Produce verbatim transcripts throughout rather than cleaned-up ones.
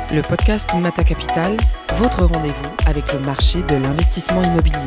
le podcast Mata Capital, votre rendez-vous avec le marché de l'investissement immobilier.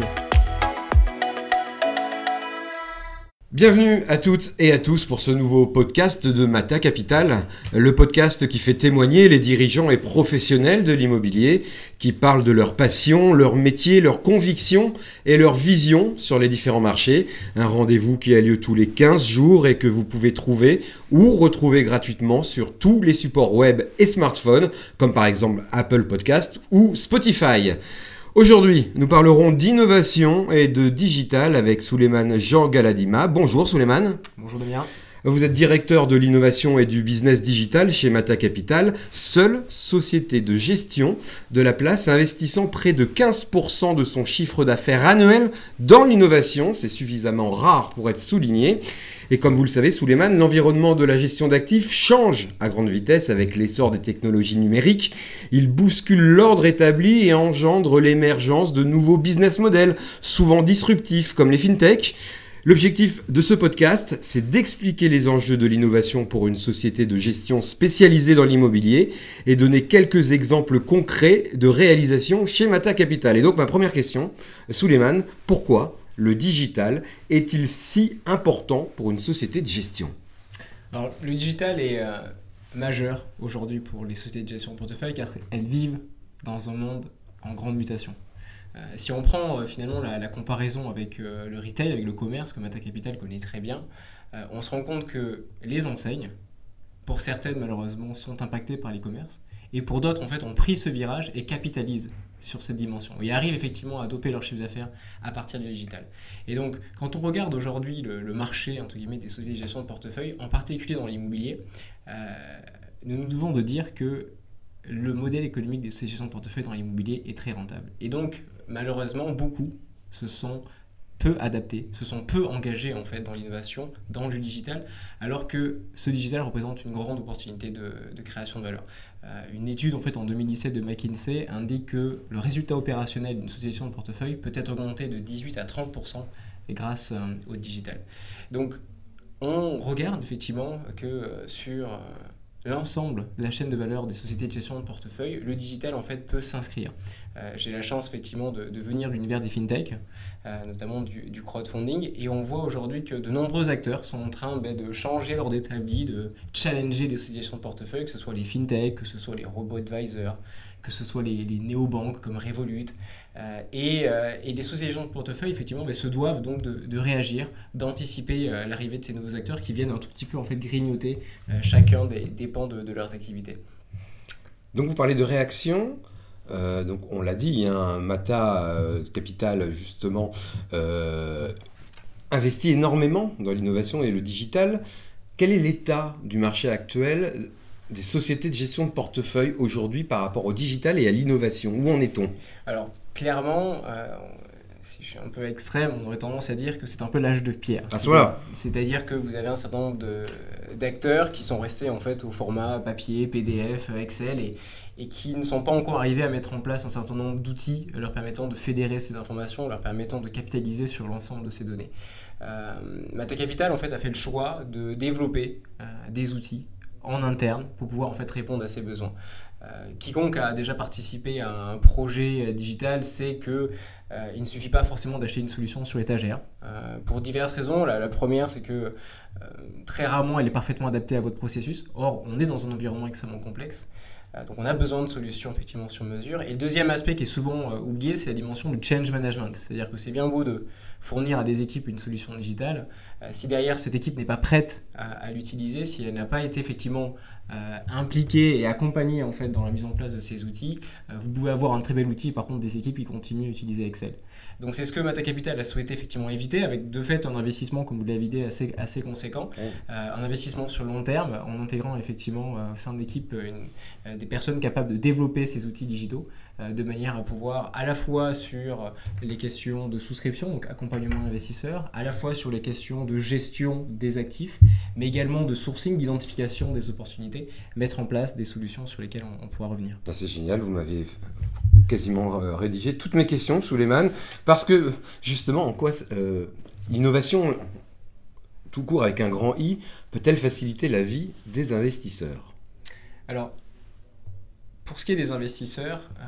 Bienvenue à toutes et à tous pour ce nouveau podcast de Mata Capital, le podcast qui fait témoigner les dirigeants et professionnels de l'immobilier, qui parlent de leur passion, leur métier, leurs convictions et leur vision sur les différents marchés. Un rendez-vous qui a lieu tous les quinze jours et que vous pouvez trouver ou retrouver gratuitement sur tous les supports web et smartphones, comme par exemple Apple Podcast ou Spotify. Aujourd'hui, nous parlerons d'innovation et de digital avec Souleymane Jean Galadima. Bonjour Souleymane. Bonjour Damien. Vous êtes directeur de l'innovation et du business digital chez Mata Capital, seule société de gestion de la place investissant près de quinze pour cent de son chiffre d'affaires annuel dans l'innovation. C'est suffisamment rare pour être souligné. Et comme vous le savez, Souleymane, l'environnement de la gestion d'actifs change à grande vitesse avec l'essor des technologies numériques. Il bouscule l'ordre établi et engendre l'émergence de nouveaux business models, souvent disruptifs comme les fintech. L'objectif de ce podcast, c'est d'expliquer les enjeux de l'innovation pour une société de gestion spécialisée dans l'immobilier et donner quelques exemples concrets de réalisation chez Mata Capital. Et donc ma première question, Souleymane, pourquoi le digital est-il si important pour une société de gestion ? Alors, le digital est euh, majeur aujourd'hui pour les sociétés de gestion de portefeuille car elles vivent dans un monde en grande mutation. Euh, si on prend euh, finalement la, la comparaison avec euh, le retail, avec le commerce que Mata Capital connaît très bien, euh, on se rend compte que les enseignes, pour certaines malheureusement, sont impactées par l'e-commerce et pour d'autres en fait ont pris ce virage et capitalisent sur cette dimension et arrivent effectivement à doper leur chiffre d'affaires à partir du digital. Et donc quand on regarde aujourd'hui le, le marché entre guillemets des sociétés de gestion de portefeuille, en particulier dans l'immobilier, euh, nous nous devons de dire que le modèle économique des sociétés de gestion de portefeuille dans l'immobilier est très rentable. Et donc malheureusement beaucoup se sont peu adaptés, se sont peu engagés en fait dans l'innovation, dans le digital, alors que ce digital représente une grande opportunité de, de création de valeur. Euh, une étude en fait en deux mille dix-sept de McKinsey indique que le résultat opérationnel d'une société de gestion de portefeuille peut être augmenté de dix-huit à trente pour cent grâce euh, au digital. Donc on regarde effectivement que euh, sur euh, l'ensemble de la chaîne de valeur des sociétés de gestion de portefeuille, le digital en fait peut s'inscrire. Euh, j'ai la chance effectivement de, de venir de l'univers des fintech, euh, notamment du, du crowdfunding, et on voit aujourd'hui que de nombreux acteurs sont en train ben, de changer l'ordre établi, de challenger les sociétés de gestion de portefeuille, que ce soit les fintech, que ce soit les robo-advisors, que ce soit les, les néobanques comme Revolut, euh, et, euh, et les sociétés de gestion de portefeuille effectivement ben, se doivent donc de, de réagir, d'anticiper euh, l'arrivée de ces nouveaux acteurs qui viennent un tout petit peu en fait grignoter euh, chacun des, des pans de, de leurs activités. Donc vous parlez de réaction. Euh, donc on l'a dit, hein, Mata euh, Capital justement euh, investit énormément dans l'innovation et le digital. Quel est l'état du marché actuel des sociétés de gestion de portefeuille aujourd'hui par rapport au digital et à l'innovation ? Où en est-on ? Alors clairement, euh, si je suis un peu extrême, on aurait tendance à dire que c'est un peu l'âge de pierre. À ce moment-là. C'est-à-dire que vous avez un certain nombre de, d'acteurs qui sont restés en fait au format papier, P D F, Excel et, et qui ne sont pas encore arrivés à mettre en place un certain nombre d'outils leur permettant de fédérer ces informations, leur permettant de capitaliser sur l'ensemble de ces données. Euh, Mata Capital en fait a fait le choix de développer euh, des outils en interne pour pouvoir en fait répondre à ces besoins. Euh, quiconque a déjà participé à un projet euh, digital sait que euh, il ne suffit pas forcément d'acheter une solution sur étagère euh, pour diverses raisons. La, la première, c'est que euh, très rarement elle est parfaitement adaptée à votre processus. Or, on est dans un environnement extrêmement complexe. Euh, donc on a besoin de solutions effectivement sur mesure. Et le deuxième aspect qui est souvent euh, oublié, c'est la dimension du change management. C'est-à-dire que c'est bien beau de fournir à des équipes une solution digitale. Euh, si derrière cette équipe n'est pas prête à, à l'utiliser, si elle n'a pas été effectivement euh, impliquée et accompagnée en fait dans la mise en place de ces outils, euh, vous pouvez avoir un très bel outil, par contre des équipes qui continuent à utiliser Excel. Donc c'est ce que Mata Capital a souhaité effectivement éviter, avec de fait un investissement, comme vous l'avez dit, assez, assez conséquent, oh. euh, un investissement sur le long terme, en intégrant effectivement euh, au sein de l'équipe une, euh, des personnes capables de développer ces outils digitaux, euh, de manière à pouvoir à la fois sur les questions de souscription, donc accompagnement investisseur, à la fois sur les questions de gestion des actifs, mais également de sourcing, d'identification des opportunités, mettre en place des solutions sur lesquelles on, on pourra revenir. Ah, c'est génial, vous m'avez quasiment rédigé toutes mes questions, Souleymane, parce que justement, en quoi euh, l'innovation, tout court avec un grand I, peut-elle faciliter la vie des investisseurs ? Alors, pour ce qui est des investisseurs, euh,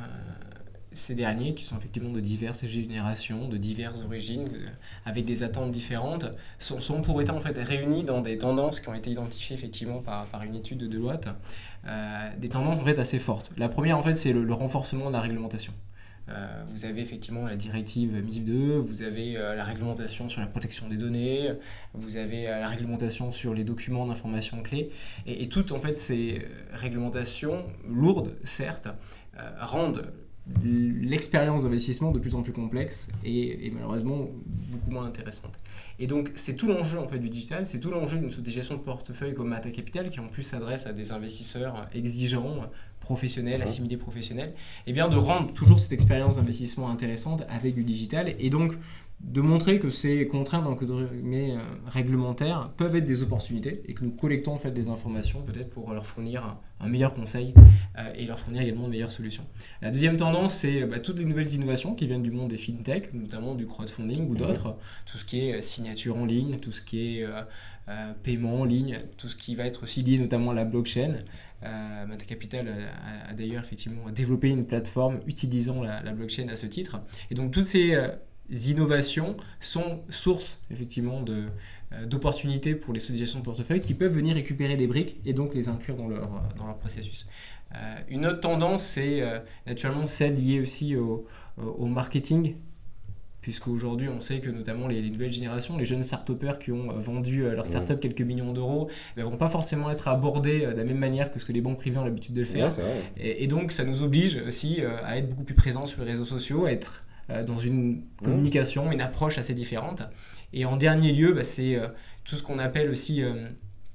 ces derniers, qui sont effectivement de diverses générations, de diverses origines, euh, avec des attentes différentes, sont, sont pour autant en fait réunis dans des tendances qui ont été identifiées effectivement par, par une étude de Deloitte, euh, des tendances en fait assez fortes. La première en fait c'est le, le renforcement de la réglementation. Euh, vous avez effectivement la directive M I F deux, vous avez euh, la réglementation sur la protection des données, vous avez euh, la réglementation sur les documents d'information clés, et, et toutes en fait ces réglementations lourdes, certes, euh, rendent l'expérience d'investissement de plus en plus complexe et, et malheureusement beaucoup moins intéressante. Et donc c'est tout l'enjeu en fait du digital, c'est tout l'enjeu d'une société de gestion de portefeuille comme Mata Capital qui en plus s'adresse à des investisseurs exigeants, professionnels, assimilés professionnels, et bien de rendre toujours cette expérience d'investissement intéressante avec du digital et donc de montrer que ces contraintes mais, euh, réglementaires peuvent être des opportunités et que nous collectons en fait des informations peut-être pour leur fournir un, un meilleur conseil euh, et leur fournir également de meilleures solutions. La deuxième tendance, c'est bah, toutes les nouvelles innovations qui viennent du monde des fintech, notamment du crowdfunding ou d'autres, mmh. tout ce qui est signature en ligne, tout ce qui est euh, euh, paiement en ligne, tout ce qui va être aussi lié notamment à la blockchain. Euh, Mata Capital a, a, a d'ailleurs effectivement développé une plateforme utilisant la, la blockchain à ce titre. Et donc toutes ces euh, innovations sont source effectivement de, euh, d'opportunités pour les sociétés de gestion de portefeuille qui peuvent venir récupérer des briques et donc les inclure dans leur, dans leur processus. Euh, une autre tendance, c'est euh, naturellement celle liée aussi au, au marketing, puisqu'aujourd'hui on sait que notamment les, les nouvelles générations, les jeunes start-upers qui ont vendu euh, leur start-up quelques millions d'euros, ne vont pas forcément être abordés euh, de la même manière que ce que les banques privées ont l'habitude de le faire. Ouais, et, et donc ça nous oblige aussi euh, à être beaucoup plus présents sur les réseaux sociaux, à être dans une communication, une approche assez différente. Et en dernier lieu, bah, c'est euh, tout ce qu'on appelle aussi euh,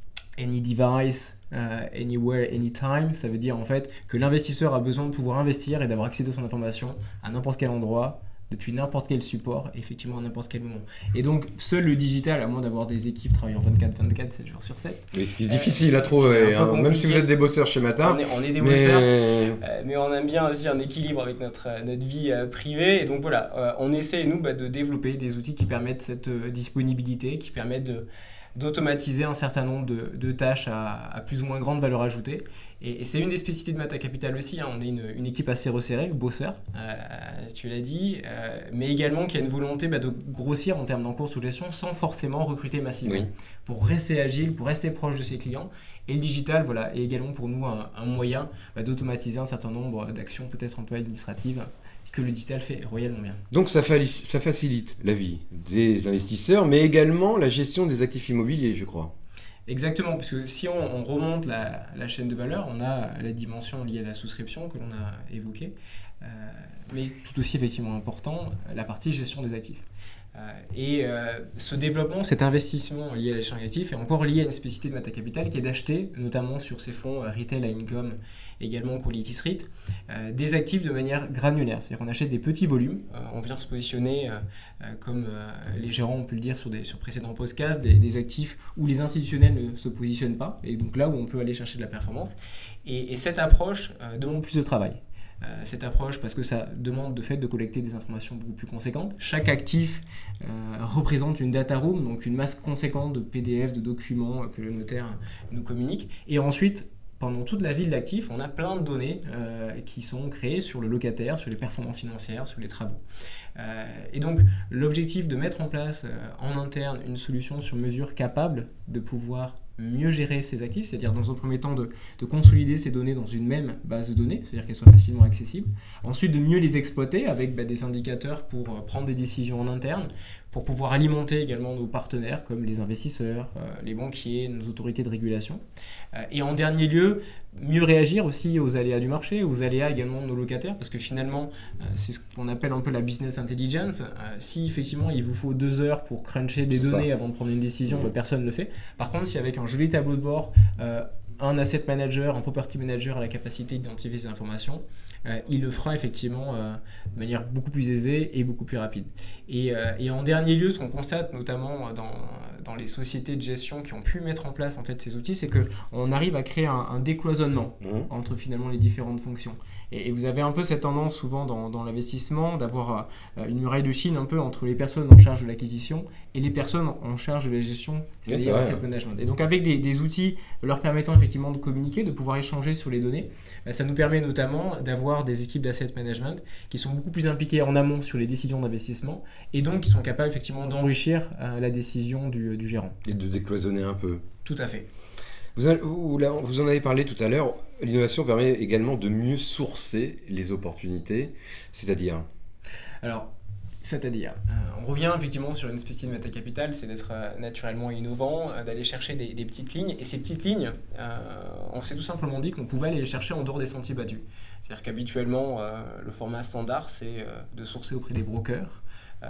any device, uh, anywhere, anytime. Ça veut dire en fait que l'investisseur a besoin de pouvoir investir et d'avoir accès à son information à n'importe quel endroit, depuis n'importe quel support, effectivement à n'importe quel moment. Et donc, seul le digital, à moins d'avoir des équipes travaillant vingt-quatre vingt-quatre, sept jours sur sept. Mais ce qui est difficile euh, à trouver, hein, même si vous êtes des bosseurs chez Mata. On est, on est des mais... bosseurs, euh, mais on aime bien aussi un équilibre avec notre, notre vie euh, privée. Et donc voilà, euh, on essaie, nous, bah, de développer des outils qui permettent cette euh, disponibilité, qui permettent de... d'automatiser un certain nombre de, de tâches à, à plus ou moins grande valeur ajoutée. Et, et c'est une des spécificités de Mata Capital aussi, hein. On est une, une équipe assez resserrée, bosseur, euh, tu l'as dit, euh, mais également qui a une volonté bah, de grossir en termes d'encours sous gestion sans forcément recruter massivement, oui. Pour rester agile, pour rester proche de ses clients. Et le digital voilà, est également pour nous un, un moyen bah, d'automatiser un certain nombre d'actions peut-être un peu administratives que le digital fait royalement bien. Donc ça, fa- ça facilite la vie des investisseurs, mais également la gestion des actifs immobiliers, je crois. Exactement, parce que si on, on remonte la, la chaîne de valeur, on a la dimension liée à la souscription que l'on a évoquée, euh, mais tout aussi effectivement important, la partie gestion des actifs. Euh, et euh, ce développement, cet investissement lié à la gestion des actifs est encore lié à une spécificité de Mata Capital qui est d'acheter, notamment sur ces fonds euh, retail à income, également Quality Street, euh, des actifs de manière granulaire. C'est-à-dire qu'on achète des petits volumes, euh, on vient se positionner, euh, euh, comme euh, les gérants ont pu le dire sur des sur précédents podcasts, des, des actifs où les institutionnels ne se positionnent pas, et donc là où on peut aller chercher de la performance. Et, et cette approche euh, demande plus de travail. Euh, cette approche parce que ça demande de fait de collecter des informations beaucoup plus conséquentes. Chaque actif euh, représente une data room, donc une masse conséquente de P D F, de documents que le notaire nous communique. Et ensuite, pendant toute la vie de l'actif, on a plein de données euh, qui sont créées sur le locataire, sur les performances financières, sur les travaux. Euh, et donc, l'objectif de mettre en place euh, en interne une solution sur mesure capable de pouvoir mieux gérer ces actifs, c'est-à-dire dans un premier temps de, de consolider ces données dans une même base de données, c'est-à-dire qu'elles soient facilement accessibles. Ensuite, de mieux les exploiter avec bah, des indicateurs pour euh, prendre des décisions en interne, pour pouvoir alimenter également nos partenaires comme les investisseurs, euh, les banquiers, nos autorités de régulation. Euh, et en dernier lieu, mieux réagir aussi aux aléas du marché, aux aléas également de nos locataires, parce que finalement, euh, c'est ce qu'on appelle un peu la business intelligence. Euh, si effectivement il vous faut deux heures pour cruncher des c'est données ça. Avant de prendre une décision, mmh. bah, personne ne le fait. Par contre, si avec un joli tableau de bord, euh, un asset manager, un property manager a la capacité d'identifier ces informations, euh, il le fera effectivement euh, de manière beaucoup plus aisée et beaucoup plus rapide. Et, euh, et en dernier lieu, ce qu'on constate notamment dans, dans les sociétés de gestion qui ont pu mettre en place en fait, ces outils, c'est qu'on arrive à créer un, un décloisonnement mmh. entre finalement les différentes fonctions. Et, et vous avez un peu cette tendance souvent dans, dans l'investissement d'avoir euh, une muraille de Chine un peu entre les personnes en charge de l'acquisition et les personnes en charge de la gestion, c'est-à-dire l'asset management. Et donc avec des, des outils leur permettant effectivement effectivement de communiquer, de pouvoir échanger sur les données. Euh, ça nous permet notamment d'avoir des équipes d'asset management qui sont beaucoup plus impliquées en amont sur les décisions d'investissement et donc qui sont capables effectivement d'enrichir euh, la décision du, du gérant. Et de décloisonner un peu. Tout à fait. Vous, vous, vous en avez parlé tout à l'heure, l'innovation permet également de mieux sourcer les opportunités, c'est-à-dire Alors, c'est-à-dire, euh, on revient effectivement sur une spécificité de Mata Capital, c'est d'être euh, naturellement innovant, euh, d'aller chercher des, des petites lignes. Et ces petites lignes, euh, on s'est tout simplement dit qu'on pouvait aller les chercher en dehors des sentiers battus. C'est-à-dire qu'habituellement, euh, le format standard, c'est euh, de sourcer auprès des brokers. Euh,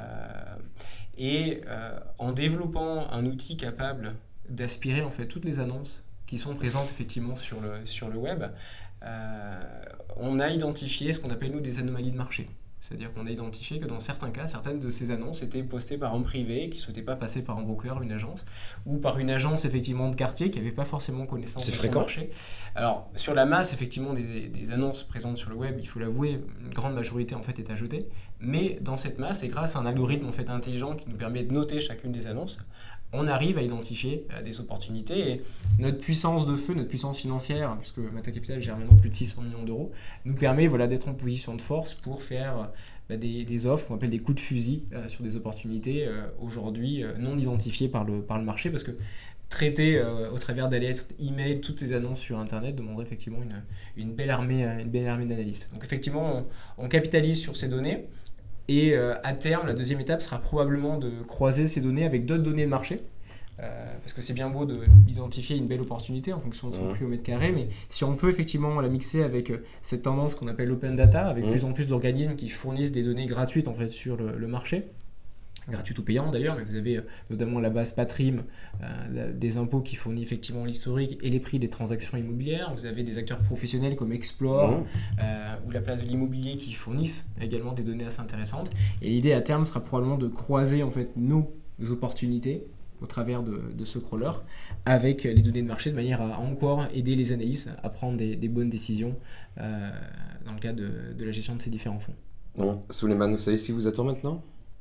et euh, en développant un outil capable d'aspirer en fait toutes les annonces qui sont présentes effectivement sur le, sur le web, euh, on a identifié ce qu'on appelle nous des anomalies de marché. C'est-à-dire qu'on a identifié que dans certains cas, certaines de ces annonces étaient postées par un privé qui ne souhaitait pas passer par un broker, une agence, ou par une agence effectivement de quartier qui n'avait pas forcément connaissance de son marché. Alors, sur la masse effectivement des, des annonces présentes sur le web, il faut l'avouer, une grande majorité en fait est à jeter. Mais dans cette masse, et grâce à un algorithme en fait intelligent qui nous permet de noter chacune des annonces, on arrive à identifier euh, des opportunités. Et notre puissance de feu, notre puissance financière, puisque Mata Capital gère maintenant plus de six cents millions d'euros, nous permet voilà, d'être en position de force pour faire bah, des, des offres qu'on appelle des coups de fusil euh, sur des opportunités euh, aujourd'hui euh, non identifiées par le, par le marché, parce que traiter euh, au travers d'alerte email toutes ces annonces sur Internet demanderait effectivement une, une belle armée, une belle armée d'analystes. Donc effectivement, on, on capitalise sur ces données. Et euh, à terme, la deuxième étape sera probablement de croiser ces données avec d'autres données de marché. Euh, parce que c'est bien beau de, d'identifier une belle opportunité en fonction de son prix au mètre carré, mais si on peut effectivement la mixer avec euh, cette tendance qu'on appelle l'open data, avec mmh. plus en plus d'organismes qui fournissent des données gratuites en fait, sur le, le marché, gratuites ou payantes d'ailleurs, mais vous avez euh, notamment la base Patrim euh, des impôts qui fournit effectivement l'historique et les prix des transactions immobilières. Vous avez des acteurs professionnels comme Explore mmh. euh, ou la place de l'immobilier qui fournissent également des données assez intéressantes. Et l'idée à terme sera probablement de croiser en fait, nos opportunités au travers de, de ce crawler avec les données de marché de manière à encore aider les analystes à prendre des, des bonnes décisions euh, dans le cadre de, de la gestion de ces différents fonds. Bon, Souleymane, vous savez ce qui vous attend maintenant ?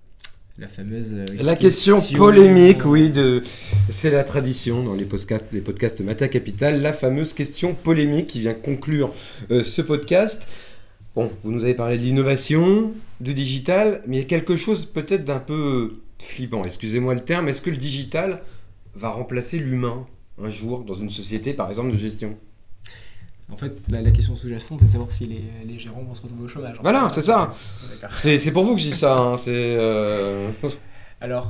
La fameuse euh, la question, question polémique, oui, de... c'est la tradition dans les podcasts, les podcasts Mata Capital, la fameuse question polémique qui vient conclure euh, ce podcast. Bon, vous nous avez parlé de l'innovation, du digital, mais il y a quelque chose peut-être d'un peu flippant, excusez-moi le terme. Est-ce que le digital va remplacer l'humain un jour dans une société, par exemple, de gestion ? En fait, la, la question sous-jacente, c'est de savoir si les, les gérants vont se retrouver au chômage. Voilà, c'est ça. C'est, c'est pour vous que je dis ça. Hein. C'est, euh... Alors,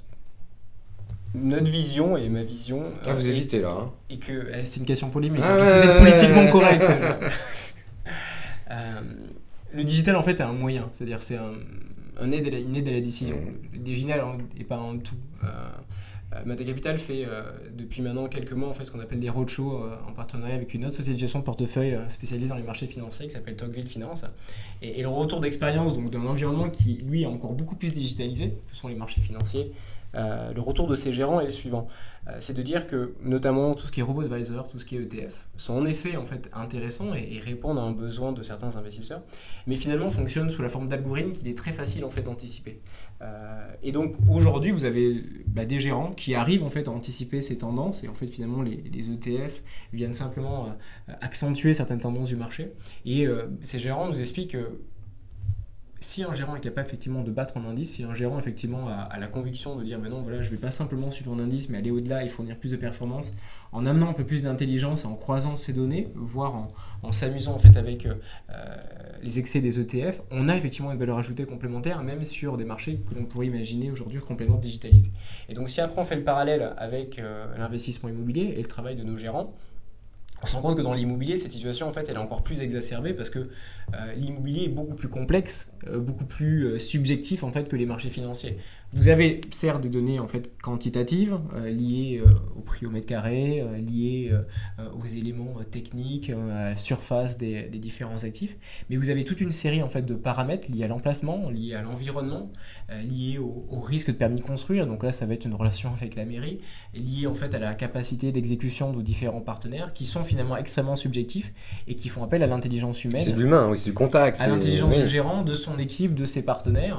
notre vision et ma vision... Ah, vous hésitez là. Hein. Et que, eh, c'est une question polémique. Ah, J'essaie d'être ouais, politiquement ouais, correct. ouais. euh, le digital, en fait, est un moyen. C'est-à-dire, c'est un, un aide à la, une aide à la décision. Le digital n'est pas un tout. Euh, Mata Capital fait euh, depuis maintenant quelques mois en fait, ce qu'on appelle des roadshows euh, en partenariat avec une autre société de gestion de portefeuille euh, spécialisée dans les marchés financiers qui s'appelle Tocqueville Finance. Et, et le retour d'expérience donc, d'un environnement qui, lui, est encore beaucoup plus digitalisé, que sont les marchés financiers, euh, le retour de ces gérants est le suivant. Euh, c'est de dire que, notamment, tout ce qui est robo-advisor, tout ce qui est E T F, sont en effet en fait, intéressants et, et répondent à un besoin de certains investisseurs, mais finalement fonctionnent sous la forme d'algorithmes qu'il est très facile en fait, d'anticiper. Euh, et donc, aujourd'hui, vous avez bah, des gérants qui arrivent en fait, à anticiper ces tendances, et en fait, finalement, les, les E T F viennent simplement euh, accentuer certaines tendances du marché. Et euh, ces gérants nous expliquent que si un gérant est capable effectivement de battre un indice, si un gérant effectivement a, a la conviction de dire ben non, voilà, je ne vais pas simplement suivre un indice mais aller au-delà et fournir plus de performance en amenant un peu plus d'intelligence et en croisant ces données, voire en, en s'amusant en fait avec euh, les excès des E T F, on a effectivement une valeur ajoutée complémentaire même sur des marchés que l'on pourrait imaginer aujourd'hui complètement digitalisés. Et donc si après on fait le parallèle avec euh, l'investissement immobilier et le travail de nos gérants, on se rend compte que dans l'immobilier, cette situation, en fait, elle est encore plus exacerbée parce que euh, l'immobilier est beaucoup plus complexe, euh, beaucoup plus euh, subjectif, en fait, que les marchés financiers. Vous avez, certes, des données, en fait, quantitatives, euh, liées euh, au prix au mètre carré, euh, liées euh, aux éléments euh, techniques, euh, à la surface des, des différents actifs, mais vous avez toute une série, en fait, de paramètres liés à l'emplacement, liés à l'environnement, euh, liés au, au risque de permis de construire, donc là, ça va être une relation avec la mairie, liés, en fait, à la capacité d'exécution de différents partenaires, qui sont finalement extrêmement subjectifs et qui font appel à l'intelligence humaine. C'est de l'humain, oui, c'est du contact. À c'est... l'intelligence oui. du gérant, de son équipe, de ses partenaires,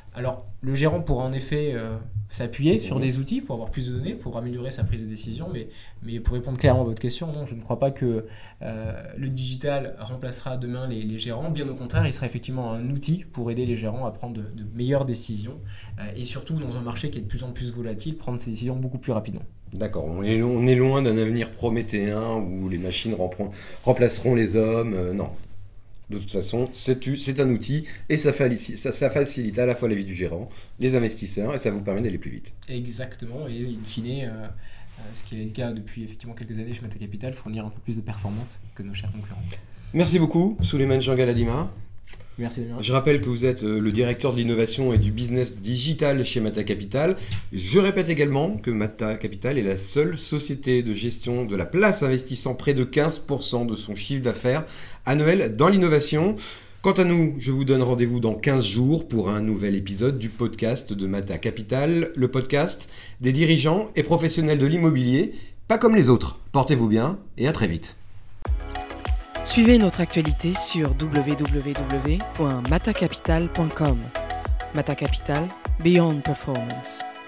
Alors, le gérant pourra en effet euh, s'appuyer sur des outils pour avoir plus de données, pour améliorer sa prise de décision, mais, mais pour répondre clairement à votre question, non, je ne crois pas que euh, le digital remplacera demain les, les gérants. Bien au contraire, il sera effectivement un outil pour aider les gérants à prendre de, de meilleures décisions euh, et surtout dans un marché qui est de plus en plus volatile, prendre ces décisions beaucoup plus rapidement. D'accord, on est, on est loin d'un avenir prométhéen où les machines rempron- remplaceront les hommes. Euh, non. De toute façon, c'est, c'est un outil et ça, falici- ça, ça facilite à la fois la vie du gérant, les investisseurs et ça vous permet d'aller plus vite. Exactement, et in fine, euh, ce qui est le cas depuis effectivement quelques années chez Mata Capital, fournir un peu plus de performance que nos chers concurrents. Merci beaucoup, Souleymane Jangaladima. Merci Damien. Je rappelle que vous êtes le directeur de l'innovation et du business digital chez Mata Capital. Je répète également que Mata Capital est la seule société de gestion de la place investissant près de quinze pour cent de son chiffre d'affaires annuel dans l'innovation. Quant à nous, je vous donne rendez-vous dans quinze jours pour un nouvel épisode du podcast de Mata Capital, le podcast des dirigeants et professionnels de l'immobilier, pas comme les autres. Portez-vous bien et à très vite. Suivez notre actualité sur w w w point mata capital point com. Mata Capital, Beyond Performance.